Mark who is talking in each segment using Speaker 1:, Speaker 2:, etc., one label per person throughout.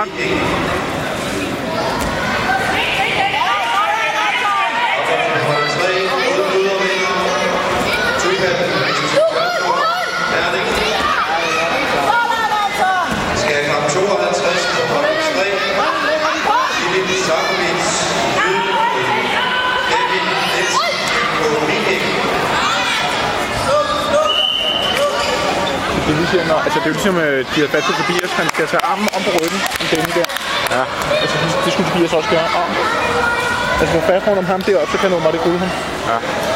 Speaker 1: parat. Altså det er jo ligesom, de havde fat på Tobias, han skal tage armen om på ryggen, om denne der. Ja. Altså det skulle Tobias også gøre. Altså få fast rundt om ham deroppe, så kan noget meget det gode ham. Ja.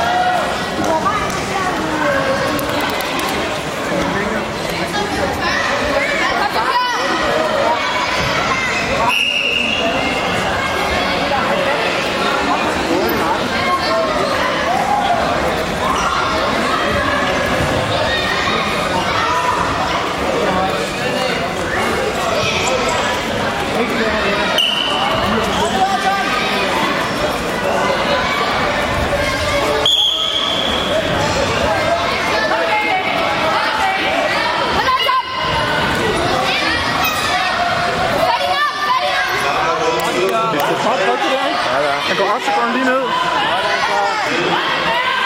Speaker 1: Han går op, så går han lige ned.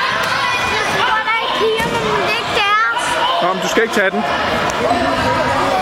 Speaker 1: Nå, men du skal ikke tage den.